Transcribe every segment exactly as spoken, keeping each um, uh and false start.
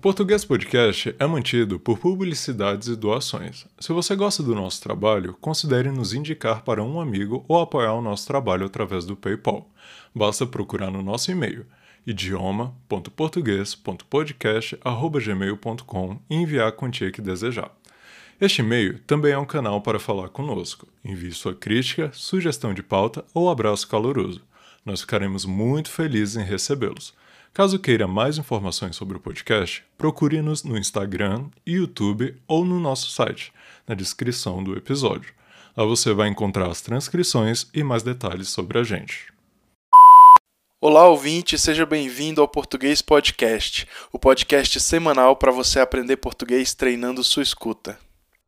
Português Podcast é mantido por publicidades e doações. Se você gosta do nosso trabalho, considere nos indicar para um amigo ou apoiar o nosso trabalho através do PayPal. Basta procurar no nosso e-mail idioma ponto português ponto podcast arroba gmail ponto com e enviar a quantia que desejar. Este e-mail também é um canal para falar conosco. Envie sua crítica, sugestão de pauta ou abraço caloroso. Nós ficaremos muito felizes em recebê-los. Caso queira mais informações sobre o podcast, procure-nos no Instagram, YouTube ou no nosso site, na descrição do episódio. Lá você vai encontrar as transcrições e mais detalhes sobre a gente. Olá, ouvinte, seja bem-vindo ao Português Podcast, o podcast semanal para você aprender português treinando sua escuta.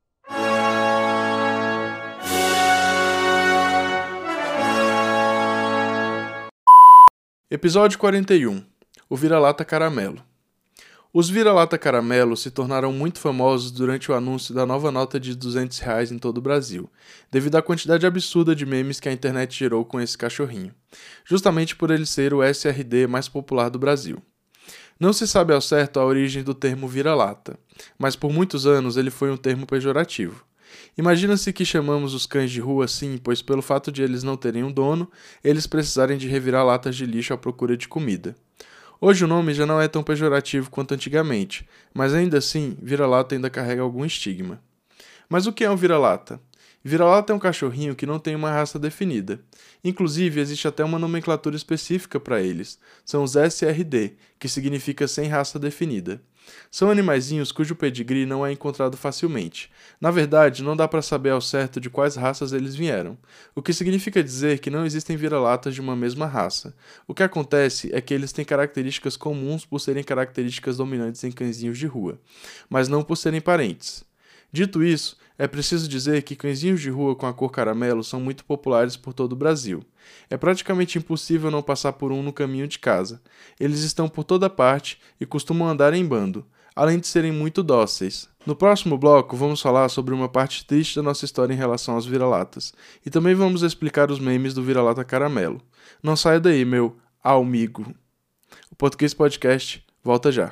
Episódio quarenta e um. O vira-lata caramelo. Os vira-lata caramelo se tornaram muito famosos durante o anúncio da nova nota de duzentos reais em todo o Brasil, devido à quantidade absurda de memes que a internet gerou com esse cachorrinho, justamente por ele ser o S R D mais popular do Brasil. Não se sabe ao certo a origem do termo vira-lata, mas por muitos anos ele foi um termo pejorativo. Imagina-se que chamamos os cães de rua assim, pois pelo fato de eles não terem um dono, eles precisarem de revirar latas de lixo à procura de comida. Hoje o nome já não é tão pejorativo quanto antigamente, mas ainda assim, vira-lata ainda carrega algum estigma. Mas o que é um vira-lata? Vira-lata é um cachorrinho que não tem uma raça definida. Inclusive, existe até uma nomenclatura específica para eles. São os S R D, que significa sem raça definida. São animaizinhos cujo pedigree não é encontrado facilmente. Na verdade, não dá para saber ao certo de quais raças eles vieram, o que significa dizer que não existem vira-latas de uma mesma raça. O que acontece é que eles têm características comuns por serem características dominantes em cãezinhos de rua, mas não por serem parentes. Dito isso, é preciso dizer que cãezinhos de rua com a cor caramelo são muito populares por todo o Brasil. É praticamente impossível não passar por um no caminho de casa. Eles estão por toda parte e costumam andar em bando, além de serem muito dóceis. No próximo bloco, vamos falar sobre uma parte triste da nossa história em relação aos vira-latas, e também vamos explicar os memes do vira-lata caramelo. Não saia daí, meu amigo. O Português Podcast volta já.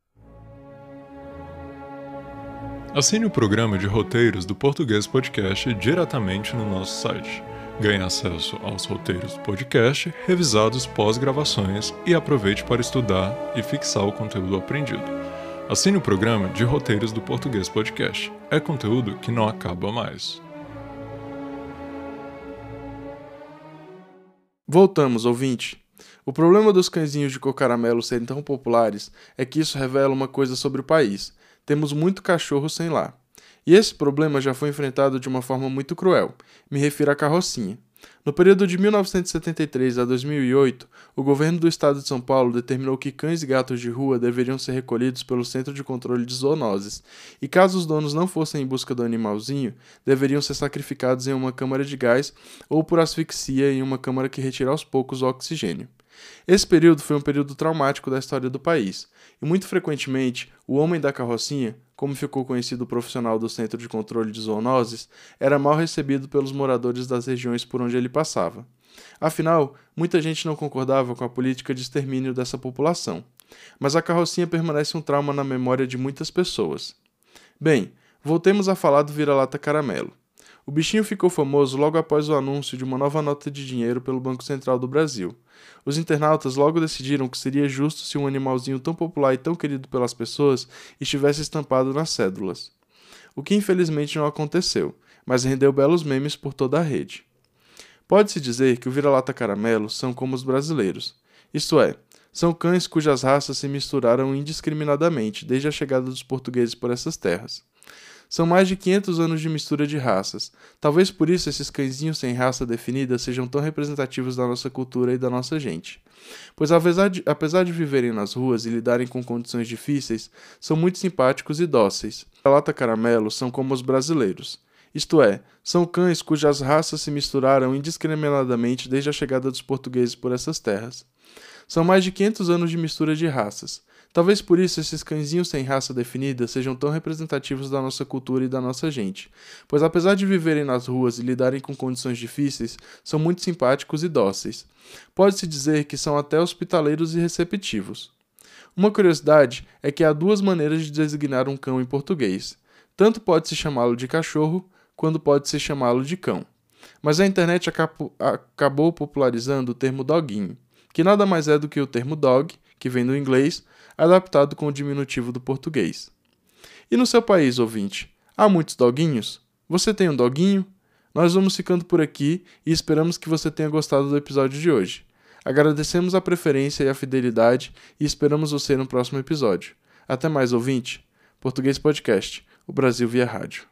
Assine o programa de roteiros do Português Podcast diretamente no nosso site. Ganhe acesso aos roteiros do podcast, revisados pós-gravações e aproveite para estudar e fixar o conteúdo aprendido. Assine o programa de roteiros do Português Podcast. É conteúdo que não acaba mais. Voltamos, ouvinte. O problema dos cãezinhos de cor caramelo serem tão populares é que isso revela uma coisa sobre o país. Temos muito cachorro sem lar. E esse problema já foi enfrentado de uma forma muito cruel. Me refiro à carrocinha. No período de mil novecentos e setenta e três a dois mil e oito, o governo do estado de São Paulo determinou que cães e gatos de rua deveriam ser recolhidos pelo Centro de Controle de Zoonoses, e caso os donos não fossem em busca do animalzinho, deveriam ser sacrificados em uma câmara de gás ou por asfixia em uma câmara que retira aos poucos o oxigênio. Esse período foi um período traumático da história do país, e muito frequentemente o homem da carrocinha, como ficou conhecido o profissional do Centro de Controle de Zoonoses, era mal recebido pelos moradores das regiões por onde ele passava. Afinal, muita gente não concordava com a política de extermínio dessa população, mas a carrocinha permanece um trauma na memória de muitas pessoas. Bem, voltemos a falar do vira-lata caramelo. O bichinho ficou famoso logo após o anúncio de uma nova nota de dinheiro pelo Banco Central do Brasil. Os internautas logo decidiram que seria justo se um animalzinho tão popular e tão querido pelas pessoas estivesse estampado nas cédulas. O que infelizmente não aconteceu, mas rendeu belos memes por toda a rede. Pode-se dizer que o vira-lata caramelo são como os brasileiros, isto é, são cães cujas raças se misturaram indiscriminadamente desde a chegada dos portugueses por essas terras. São mais de quinhentos anos de mistura de raças. Talvez por isso esses cãezinhos sem raça definida sejam tão representativos da nossa cultura e da nossa gente. Pois apesar de, apesar de viverem nas ruas e lidarem com condições difíceis, são muito simpáticos e dóceis. A lata caramelo são como os brasileiros. Isto é, são cães cujas raças se misturaram indiscriminadamente desde a chegada dos portugueses por essas terras. São mais de quinhentos anos de mistura de raças. Talvez por isso esses cãezinhos sem raça definida sejam tão representativos da nossa cultura e da nossa gente, pois apesar de viverem nas ruas e lidarem com condições difíceis, são muito simpáticos e dóceis. Pode-se dizer que são até hospitaleiros e receptivos. Uma curiosidade é que há duas maneiras de designar um cão em português. Tanto pode-se chamá-lo de cachorro, quanto pode-se chamá-lo de cão. Mas a internet acabou, acabou popularizando o termo doguinho, que nada mais é do que o termo dog, que vem do inglês, adaptado com o diminutivo do português. E no seu país, ouvinte, há muitos doguinhos? Você tem um doguinho? Nós vamos ficando por aqui e esperamos que você tenha gostado do episódio de hoje. Agradecemos a preferência e a fidelidade e esperamos você no próximo episódio. Até mais, ouvinte. Português Podcast, o Brasil via rádio.